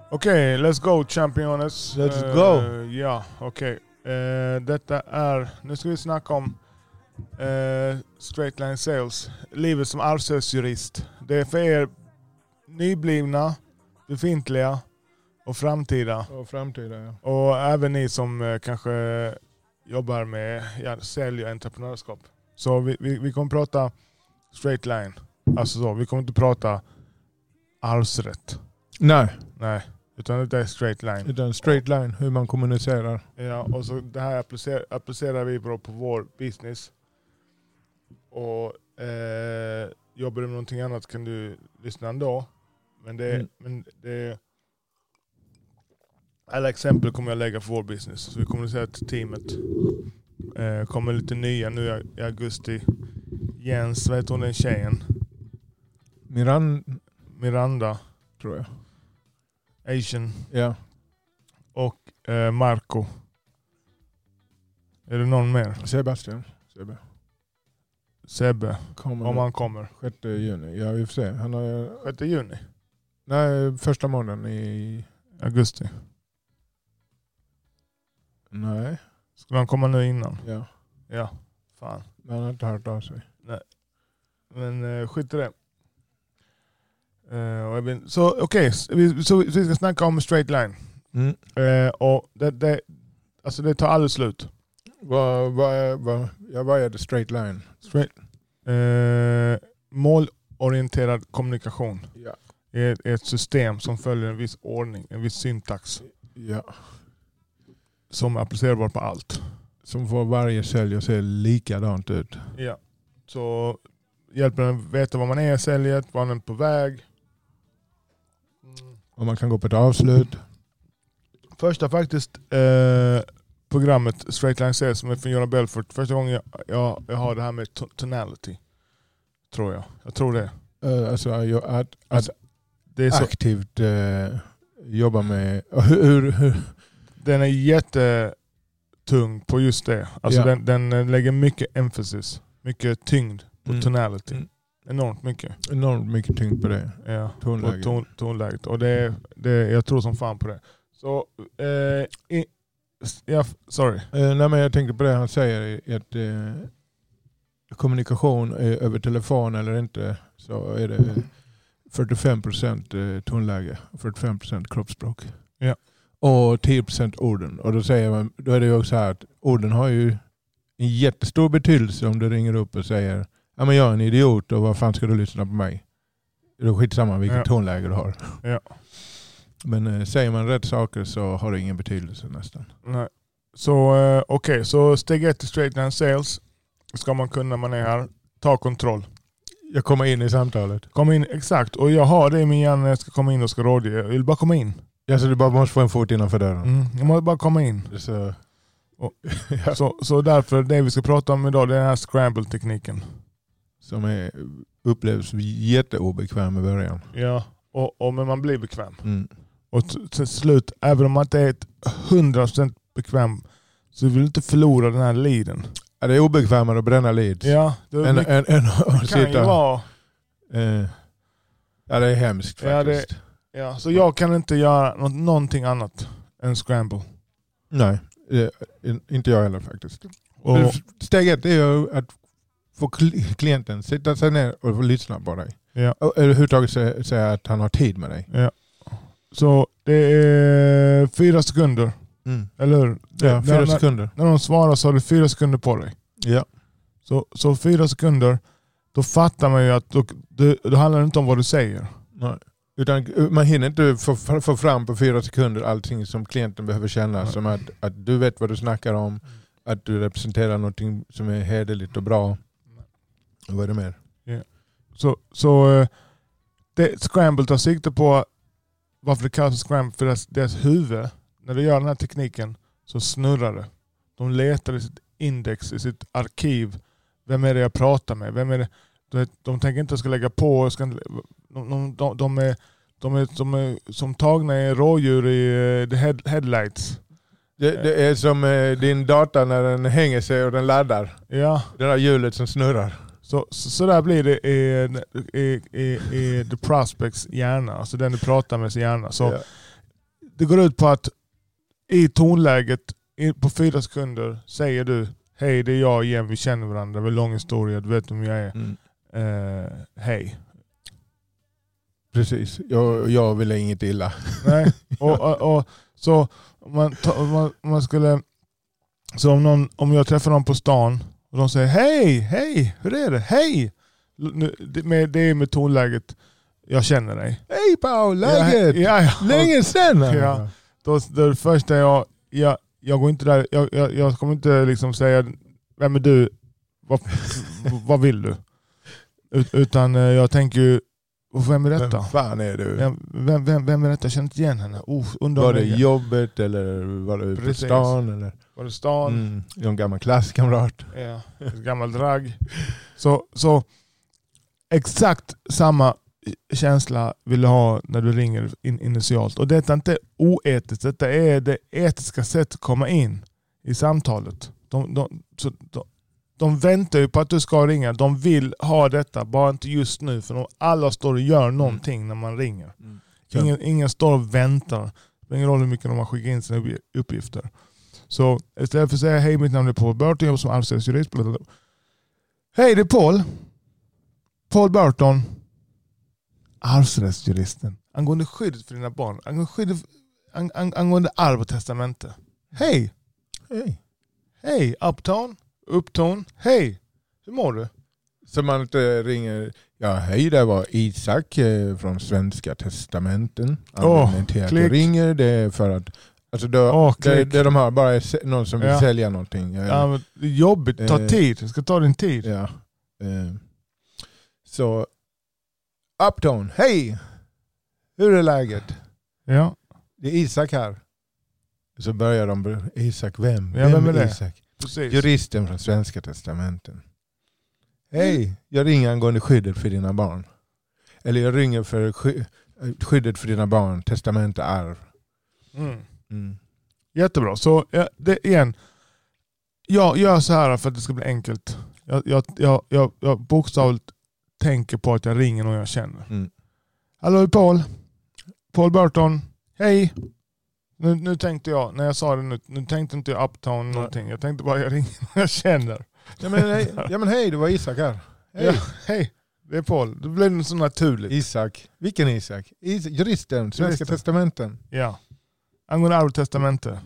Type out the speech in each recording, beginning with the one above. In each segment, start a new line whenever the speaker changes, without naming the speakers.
Okej, let's go championes.
Let's go.
Ja, okej. Detta är, nu ska vi snacka om straight line sales. Livet som arvsrättsjurist. Det är för er nyblivna, befintliga och framtida.
Ja.
Och även ni som kanske jobbar med sälj och entreprenörskap. Så vi kommer prata straight line. Alltså så, vi kommer inte prata arvsrätt.
Nej.
Utan det är straight line.
Utan straight line, hur man kommunicerar.
Ja, och så det här applicerar vi på vår business. Och jobbar du med någonting annat kan du lyssna ändå. Men det alla exempel kommer jag lägga för vår business. Så vi kommunicerar till teamet. Kommer lite nya nu i augusti. Jens, vad heter hon den tjejen? Miranda.
Tror jag.
Asian.
Ja.
Och Marco. Är det någon mer?
Sebastian.
Sebbe.
Kommer
om han kommer.
6 juni. Ja, vi får se. Han har
6 juni?
Nej, första månaden i
augusti.
Nej.
Skulle han komma nu innan?
Ja.
Fan.
Men han har inte hört av sig.
Nej. Men skit i det. Så okej, så vi ska snacka om straight line. Och det tar aldrig slut.
Vad är det straight line?
Målorienterad kommunikation.
Ja.
Är ett system som följer en viss ordning, en viss syntax.
Ja.
Som är applicerbar på allt.
Som får varje sälj att se likadant ut.
Ja. Så hjälper den att veta vad man är i säljet, var man är på väg.
Och man kan gå på ett avslut.
Första faktiskt programmet Straight Line Sales som är från Göran Belfort. Första gången jag har det här med tonality. Tror jag. Jag tror det.
Att
det är så,
aktivt jobba med... Hur?
Den är jättetung på just det. Alltså den lägger mycket emphasis. Mycket tyngd på tonality. Enormt mycket tyngd på det. Ja, tonläget. På tonläget. Och jag tror som fan på det. Så, sorry.
Nej, men jag tänkte på det han säger. Att kommunikation över telefon eller inte, så är det 45% tonläge och 45% kroppsspråk.
Ja.
Och 10% orden. Och då är det ju också så här att orden har ju en jättestor betydelse om du ringer upp och säger ja, men jag är en idiot och vad fan ska du lyssna på mig? Det är skitsamma vilket tonläge du har.
Ja.
Men säger man rätt saker så har det ingen betydelse nästan.
Nej. Så okej, så steg 1 i straight line sales ska man kunna, man är här, ta kontroll.
Jag kommer in i samtalet.
Kom in, exakt. Och jag har det i min hjärna när jag ska komma in och ska rådge. Jag vill bara komma in.
Ja, så du bara måste få en fot innanför dörren.
Jag måste bara komma in. Så därför, det vi ska prata om idag, det är den här scramble-tekniken.
Som upplevs jätteobekväm i början.
Ja, men man blir bekväm. Och till slut, även om man inte är 100% bekväm, så vill du inte förlora den här leaden.
Ja, det är obekvämare att bränna leads.
Ja,
än att sitta.
Ju vara.
Ja, det är hemskt faktiskt.
Så jag kan inte göra någonting annat än scramble.
Nej, inte jag heller faktiskt. Och steg 1 är ju att få klienten sitta sig ner och få lyssna på dig.
Ja.
Och överhuvudtaget säga att han har tid med dig.
Ja. Så det är 4 sekunder. Eller hur?
Ja, 4 sekunder.
När de svarar så har du 4 sekunder på dig.
Ja.
Så 4 sekunder, då fattar man ju att då handlar det inte om vad du säger.
Nej. Utan man hinner inte få fram på 4 sekunder allting som klienten behöver känna. Nej. Som att du vet vad du snackar om. Att du representerar någonting som är hederligt och bra. Och vad är det mer?
Yeah. Så det scramble tar sikte på varför det kallas scramble, för deras huvud, när du gör den här tekniken så snurrar det. De letar i sitt index, i sitt arkiv. Vem är det jag pratar med? Vem är det? De tänker inte att jag ska lägga på. De är som tagna i rådjur i the headlights.
Det är som din data när den hänger sig och den laddar.
Ja.
Det där hjulet som snurrar.
Så där blir det i the prospects hjärna. Alltså den du pratar med sin hjärna. Så det går ut på att i tonläget på 4 sekunder säger du hej, det är jag igen, vi känner varandra, det är en lång historia, du vet vem jag är. Hej.
Precis, jag vill inget illa.
Nej. Och så man skulle, så om jag träffar någon på stan och de säger hej, hur är det? Hej! Det är med tonläget, jag känner dig.
Hej Paul, läget?
Ja.
Länge sedan.
Ja. Då det första jag går inte där, jag kommer inte liksom säga vem är du? Vad vill du? Utan jag tänker ju, vem är detta?
Vem fan är du?
Vem är detta? Jag känner inte igen henne.
Var det jobbet eller var det på stan? Eller?
Var det stan?
En gammal klasskamrat.
Ja, en gammal drag. Så exakt samma känsla vill du ha när du ringer initialt. Och detta är inte oetiskt. Detta är det etiska sättet att komma in i samtalet. De väntar ju på att du ska ringa. De vill ha detta, bara inte just nu. För alla står och gör någonting när man ringer. Ingen står och väntar. Det spelar ingen roll hur mycket de har skickat in sina uppgifter. Så istället för att säga hej, mitt namn är Paul Burton, jag jobbar som arvsrättsjurist. Hej, det är Paul. Paul Burton. Arvsrättsjuristen. Angående skyddet för dina barn. Angående arv och testamente. Hej. Hej, Upton. Hej, hur mår du?
Så man inte ringer, ja hej, det var Isak från Svenska Testamenten. Anledningen till att du ringer, det är för att alltså det de har bara är någon som vill sälja någonting.
Ja, men det är jobbigt, ta tid, det ska ta din tid.
Ja. Så Upton, hej! Hur är läget?
Ja.
Det är Isak här. Så börjar de, Isak, vem?
Ja, vem är det?
Isak?
Precis.
Juristen från Svenska Testamenten. Hej, jag ringer angående skyddet för dina barn. Eller jag ringer för skyddet för dina barn, testamente, arv.
Jättebra. Så det igen. Jag gör så här för att det ska bli enkelt. Jag bokstavligt tänker på att jag ringer någon jag känner. Hallå Paul Burton. Hej. Nu tänkte jag, när jag sa det nu tänkte inte jag Uptown någonting. Jag tänkte bara jag ringer någon jag känner.
Ja men hej, det var Isak här. Hej.
Ja, hej. Det är Paul. Det blev så naturligt.
Isak. Vilken Isak? Juristen, Svenska Testamenten.
Ja. Angående arv och testamente.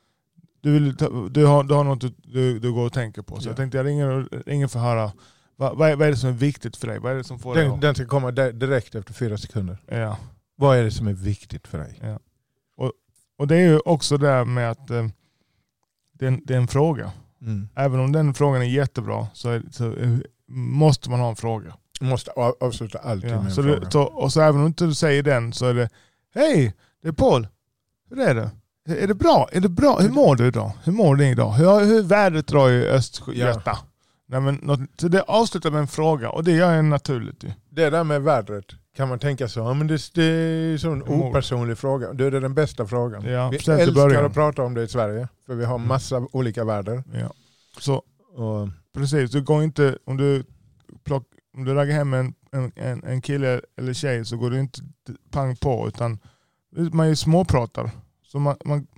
Du har något du går och tänker på. Så jag tänkte jag ringer för att höra. Vad är det som är viktigt för dig? Vad är det som får
den ska komma direkt efter 4 sekunder.
Ja.
Vad är det som är viktigt för dig?
Ja. Och det är ju också det med att det är en fråga. Även om den frågan är jättebra så måste man ha en fråga.
Du måste avsluta alltid med en fråga.
Och så även om inte du säger den så är det hej, det är Paul. Hur är det? Är det bra? Hur mår du idag? Hur mår du idag? Hur är vädret idag i Östgöta? Ja. Nej, men så det avslutar med en fråga och det gör en naturligt.
Det där med vädret kan man tänka så, men det är så en opersonlig fråga. Det är den bästa frågan. Ja, vi älskar att prata om det i Sverige för vi har massa olika väder.
Ja. Så precis, du går inte om du raggar hem en kille eller tjej så går du inte pang på utan man är småpratar. Så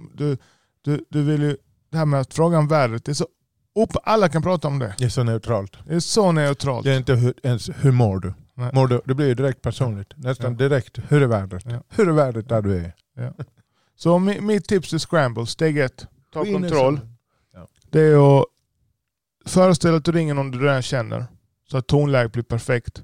du vill ju det här med att fråga om vädret, det är så alla kan prata om det.
Det är så neutralt.
Det är så neutralt.
Det är inte ens hur mår du? Mår du? Det blir ju direkt personligt. Nästan direkt. Hur är vädret? Ja. Hur är vädret där du är?
Ja. Så mitt tips är scramble. Steg 1. Ta kontroll. Ja. Det är att föreställa att du ringer någon du redan känner. Så att tonläget blir perfekt.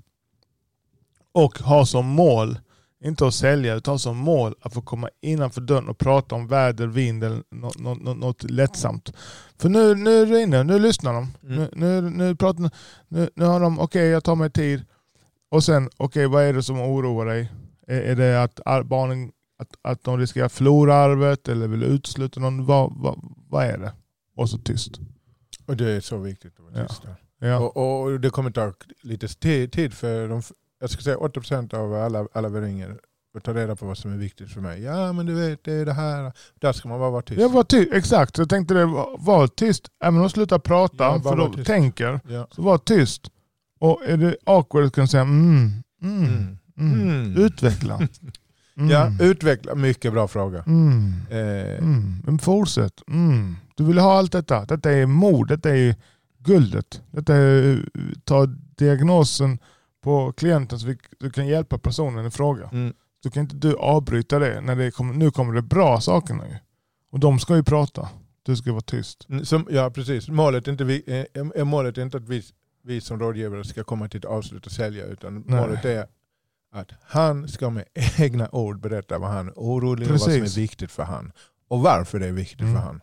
Och ha som mål, inte att sälja, utan ha som mål att få komma innanför dörren och prata om väder, vind eller något lättsamt. För nu är det inne, nu lyssnar de. Nu pratar nu har de, okej, jag tar mig tid. Och sen, vad är det som oroar dig? Är det att barnen att de riskerar att förlora arvet eller vill utesluta någon? Vad är det? Och så tyst.
Och det är så viktigt att vara tyst.
Ja.
Och det kommer ta lite tid för jag ska säga 80% av alla vi ringer och ta reda på vad som är viktigt för mig. Ja, men du vet, det är det här. Där ska man bara vara tyst.
Ja, exakt. Jag tänkte det var tyst. Även om de slutar prata, för de tänker, så var tyst. Och är det awkward kan säga utveckla.
Ja, utveckla. Mycket bra fråga.
Men fortsätt. Du vill ha allt detta. Detta är mod. Detta är guldet. Detta är ta diagnosen på klienten så du kan hjälpa personen i fråga. Så kan inte du avbryta det när nu kommer det bra saker nu. Och de ska ju prata. Du ska vara tyst.
Ja, precis. Målet är inte att vi som rådgivare ska komma till ett avslut och sälja, utan målet är att han ska med egna ord berätta vad han är orolig och vad som är viktigt för han. Och varför det är viktigt för han.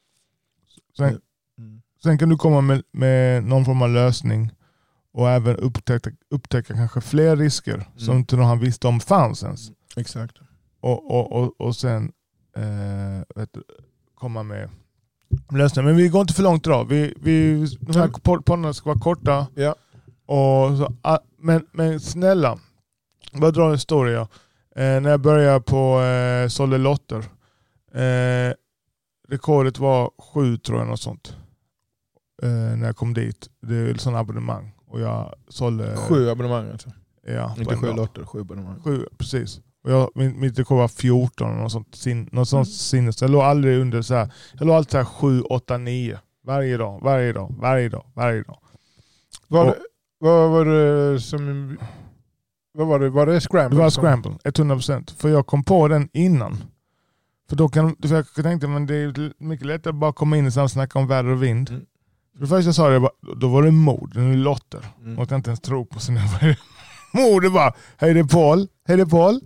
Sen kan du komma med någon form av lösning och även upptäcka kanske fler risker som inte han visste om fanns ens.
Exakt.
Och sen komma med lösningar. Men vi går inte för långt idag. De här poddarna ska vara korta.
Ja.
Och så, men snälla, bara dra en historia. När jag började på sålde lotter. Rekordet var 7 tror jag, något sånt. När jag kom dit. Det är sån abonnemang. Och jag sålde
7 abonnemang alltså.
Ja,
inte 7 lotter, 7 abonnemang.
7, precis. Och mitt rekord var 14 och något sånt sinnes. Jag låg aldrig under så här. Jag låg alltid så här 7, 8, 9 varje dag.
Var det scramble?
Det var scramble, 100%. För jag kom på den innan. För jag tänkte men det är mycket lättare att bara komma in och snacka om väder och vind. För det första jag sa det, då var det mod, det är lotter. Och jag inte ens tro på sina mod. Det bara, hej det är Paul.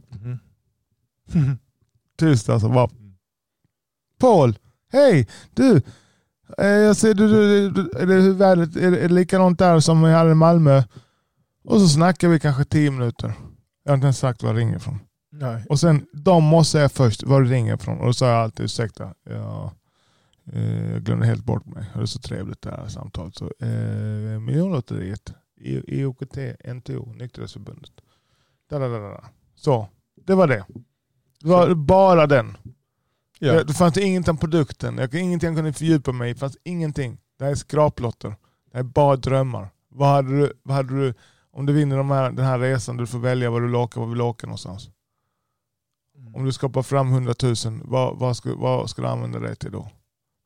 Tyst alltså, bara. Paul, hej, du. Jag ser är det likadant där som jag hade i Malmö. Och så snackar vi kanske 10 minuter. Jag har inte ens sagt var jag ringer från.
Nej.
Och sen, de måste säga först var du ringer från. Och då sa jag alltid, ursäkta. Jag glömde helt bort mig. Det är så trevligt det här samtalet. Så, Miljonlotteriet, IOKT, NTO, Nykterhetsförbundet. Så, det var det. Det var bara den.
Ja.
Det fanns ingenting om produkten. Ingenting jag kunde fördjupa mig i. Det fanns ingenting. Det här är skraplotter. Det här är bara drömmar. Vad hade du om du vinner den här resan, du får välja var du vill åka någonstans. Om du skapar fram 100 000, vad ska du använda det till då?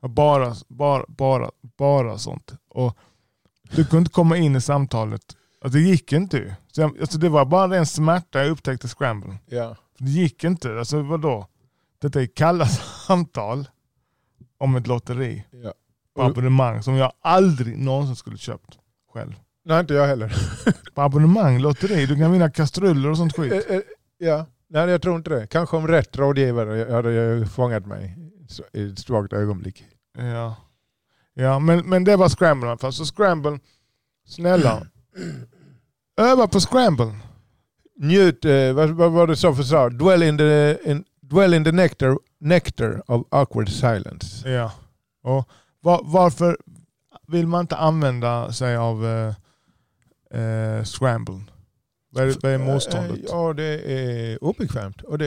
Bara sånt. Och du kunde inte komma in i samtalet. Alltså, det gick inte ju. Alltså, det var bara en smärta jag upptäckte scramble.
Ja.
Det gick inte. Alltså vadå? Detta är kalla samtal om ett lotteri.
Ja.
På abonnemang som jag aldrig någonsin skulle köpt själv.
Nej, inte jag heller.
På abonnemang, lotteri, du kan vinna kastruller och sånt skit.
Ja, nej jag tror inte det. Kanske om rätt rådgivare hade fångat mig i ett svagt ögonblick.
Ja, men det var scramble i alla fall. Så scramble, snälla. Öva på scramble.
Njut, vad var det så för så? Dwell in the nectar of awkward silence.
Ja. Och varför vill man inte använda sig av scramble? Vad är motståndet?
Ja, det är obekvämt. Och det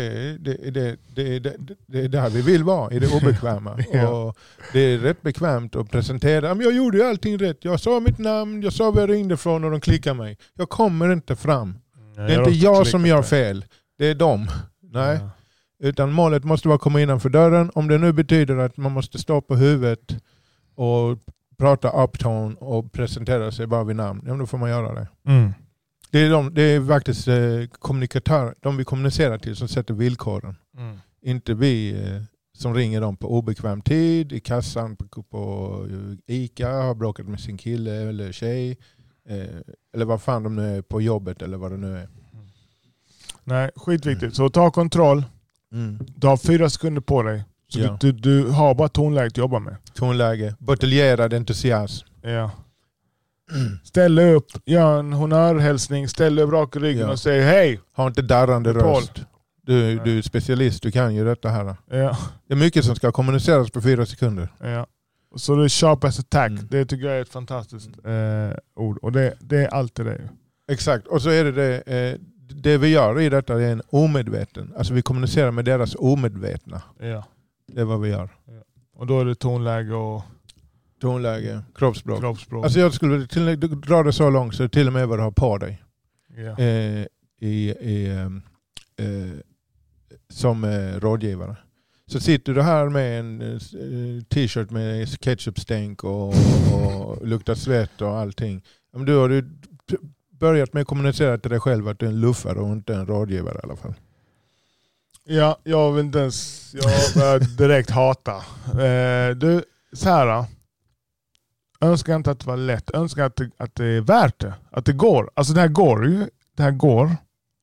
är där vi vill vara, i det obekväma.
Ja.
Och det är rätt bekvämt att presentera. Men jag gjorde ju allting rätt. Jag sa mitt namn, jag sa var jag ringde från och de klickade mig. Jag kommer inte fram. Det är inte jag som gör fel. Det är dem. Nej. Ja. Utan målet måste vara att komma innanför dörren. Om det nu betyder att man måste stå på huvudet och prata uptone och presentera sig bara vid namn. Ja, då får man göra det. Det är faktiskt kommunikatör, de vi kommunicerar till som sätter villkoren. Inte vi som ringer dem på obekväm tid i kassan på ICA, har bråkat med sin kille eller tjej eller vad fan de nu är på jobbet eller vad det nu är.
Nej, skitviktigt. Så ta kontroll. Du har 4 sekunder på dig. Så ja. Du har bara tonläge att jobba med.
Tonläge, buteljerad entusiasm.
Ja. Ställ upp, gör en honnörhälsning, ställ upp rak i ryggen och säg hej.
Ha inte darrande röst. Du är specialist, du kan ju detta här.
Ja.
Det är mycket som ska kommuniceras på 4 sekunder.
Ja. Så det är sharp as attack. Det tycker jag är ett fantastiskt ord. Och det är alltid det.
Exakt. Och så är det vi gör i detta är en omedveten. Alltså vi kommunicerar med deras omedvetna.
Ja.
Det är vad vi gör.
Ja. Och då är det tonläge och...
Tonläge, kroppsspråk.
Alltså
jag skulle dra det så långt så till och med vad du har på dig.
Ja.
som rådgivare. Så sitter du här med en t-shirt med ketchupstänk och luktar svett och allting. Men du har ju börjat med att kommunicera till dig själv att du är en luffare och inte en rådgivare i alla fall.
Ja, jag vill inte ens... Jag börjar direkt hata. Du, så här. Önskar inte att det var lätt. Önskar att det är värt det. Att det går. Alltså det här går ju. Det här går.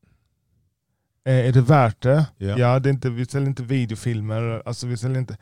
Är det värt det?
Ja.
Ja, det är inte, vi säljer inte videofilmer. Alltså vi säljer inte...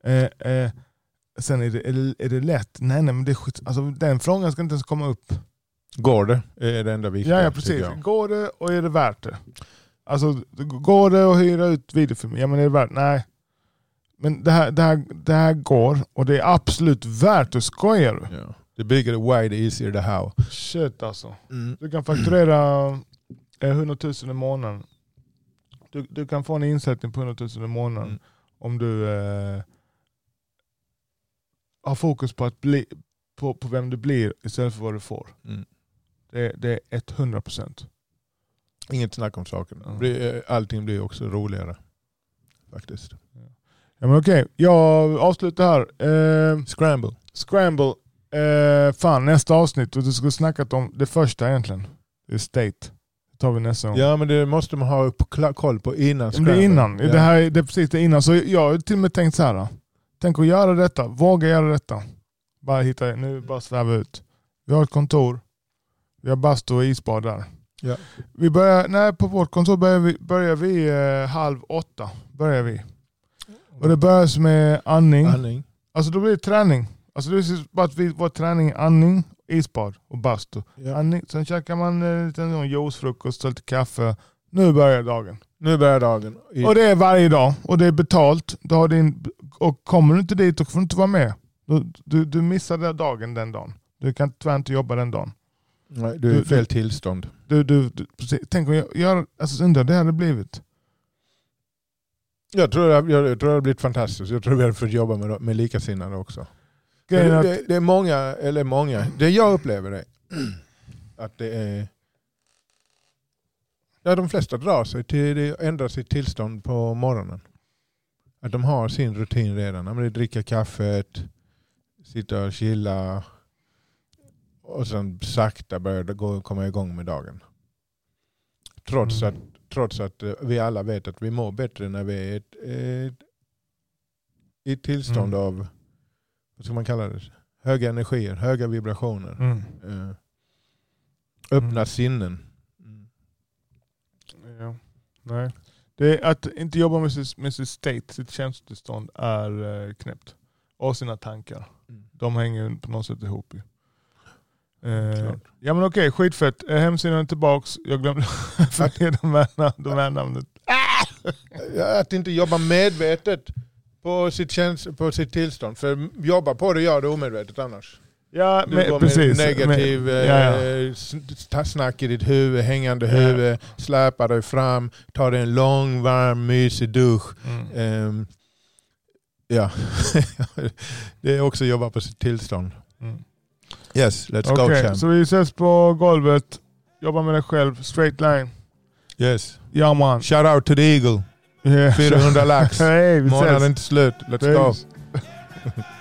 sen är det lätt? Nej, men det är skit. Alltså den frågan ska inte ens komma upp.
Går det? Är det enda viktiga.
Ja, precis. Går det och är det värt det? Alltså, går det att hyra ut videofilmer? Ja, men är det värt? Nej. Men det här går och det är absolut värt att skoja.
Ja. Det bygger the why, the easier the how.
Shit alltså. Du kan fakturera 100 000 i månaden. Du kan få en insättning på 100 000 i månaden om du har fokus på att bli på vem du blir istället för vad du får. Det är 100%.
Inget snack om saken. Allting blir också roligare. Faktiskt.
Ja, men okej. Jag avslutar här. Scramble. Fan, nästa avsnitt. Och du skulle snackat om det första egentligen. Det är State. Det tar vi nästa gång.
Ja, men det måste man ha koll på innan Scramble.
Det är innan.
Ja.
Det är precis det innan. Så jag har till och med tänkt så här. Tänk att göra detta. Våga göra detta. Bara sväva ut. Vi har ett kontor. Vi har bastu och isbad där.
Ja.
På vårt kontor börjar vi 7:30. Börjar vi. Och det börjar med andning. Alltså då blir det träning. Alltså det är bara att vår träning är andning, isbad och bastu.
Ja.
Andning, sen käkar man lite juicefrukost och lite kaffe. Nu börjar dagen. Och det är varje dag. Och det är betalt. Och kommer du inte dit, då får du inte vara med. Du missar dagen den dagen. Du kan tyvärr inte jobba den dagen.
Nej, du är i fel tillstånd.
Tänk om undrar det hade blivit.
Jag tror det har blivit fantastiskt. Jag tror vi hade fått jobba med likasinnade också. Det är många. Det jag upplever är att det är... Ja, de flesta drar sig till det ändrar sitt tillstånd på morgonen. Att de har sin rutin redan. Men det dricka kaffet, sitta och chilla och sen sakta börja komma igång med dagen. Trots att vi alla vet att vi mår bättre när vi är i ett tillstånd av, vad ska man kalla det? Höga energier, höga vibrationer. Öppna sinnen.
Ja. Nej. Det är att inte jobba med sitt state, sitt känslotillstånd är knäppt. Och sina tankar. De hänger på något sätt ihop. Ja, men okej, skitfett. Hemsidan är tillbaks. Jag glömde de här namnet.
Att inte jobba medvetet på sitt tillstånd. För jobba på det gör det omedvetet annars.
Ja,
men
precis.
Negativ snack i ditt huvud, hängande huvud, släpar dig fram, tar dig en lång, varm, mysig dusch. Det är också jobba på sitt tillstånd. Yes, let's go, champ.
Så vi ses på golvet. Jobba med dig själv. Straight line.
Yes.
Ja, man.
Shout out to the Eagle. 400 lax.
Hey,
månaden inte slut. Let's go.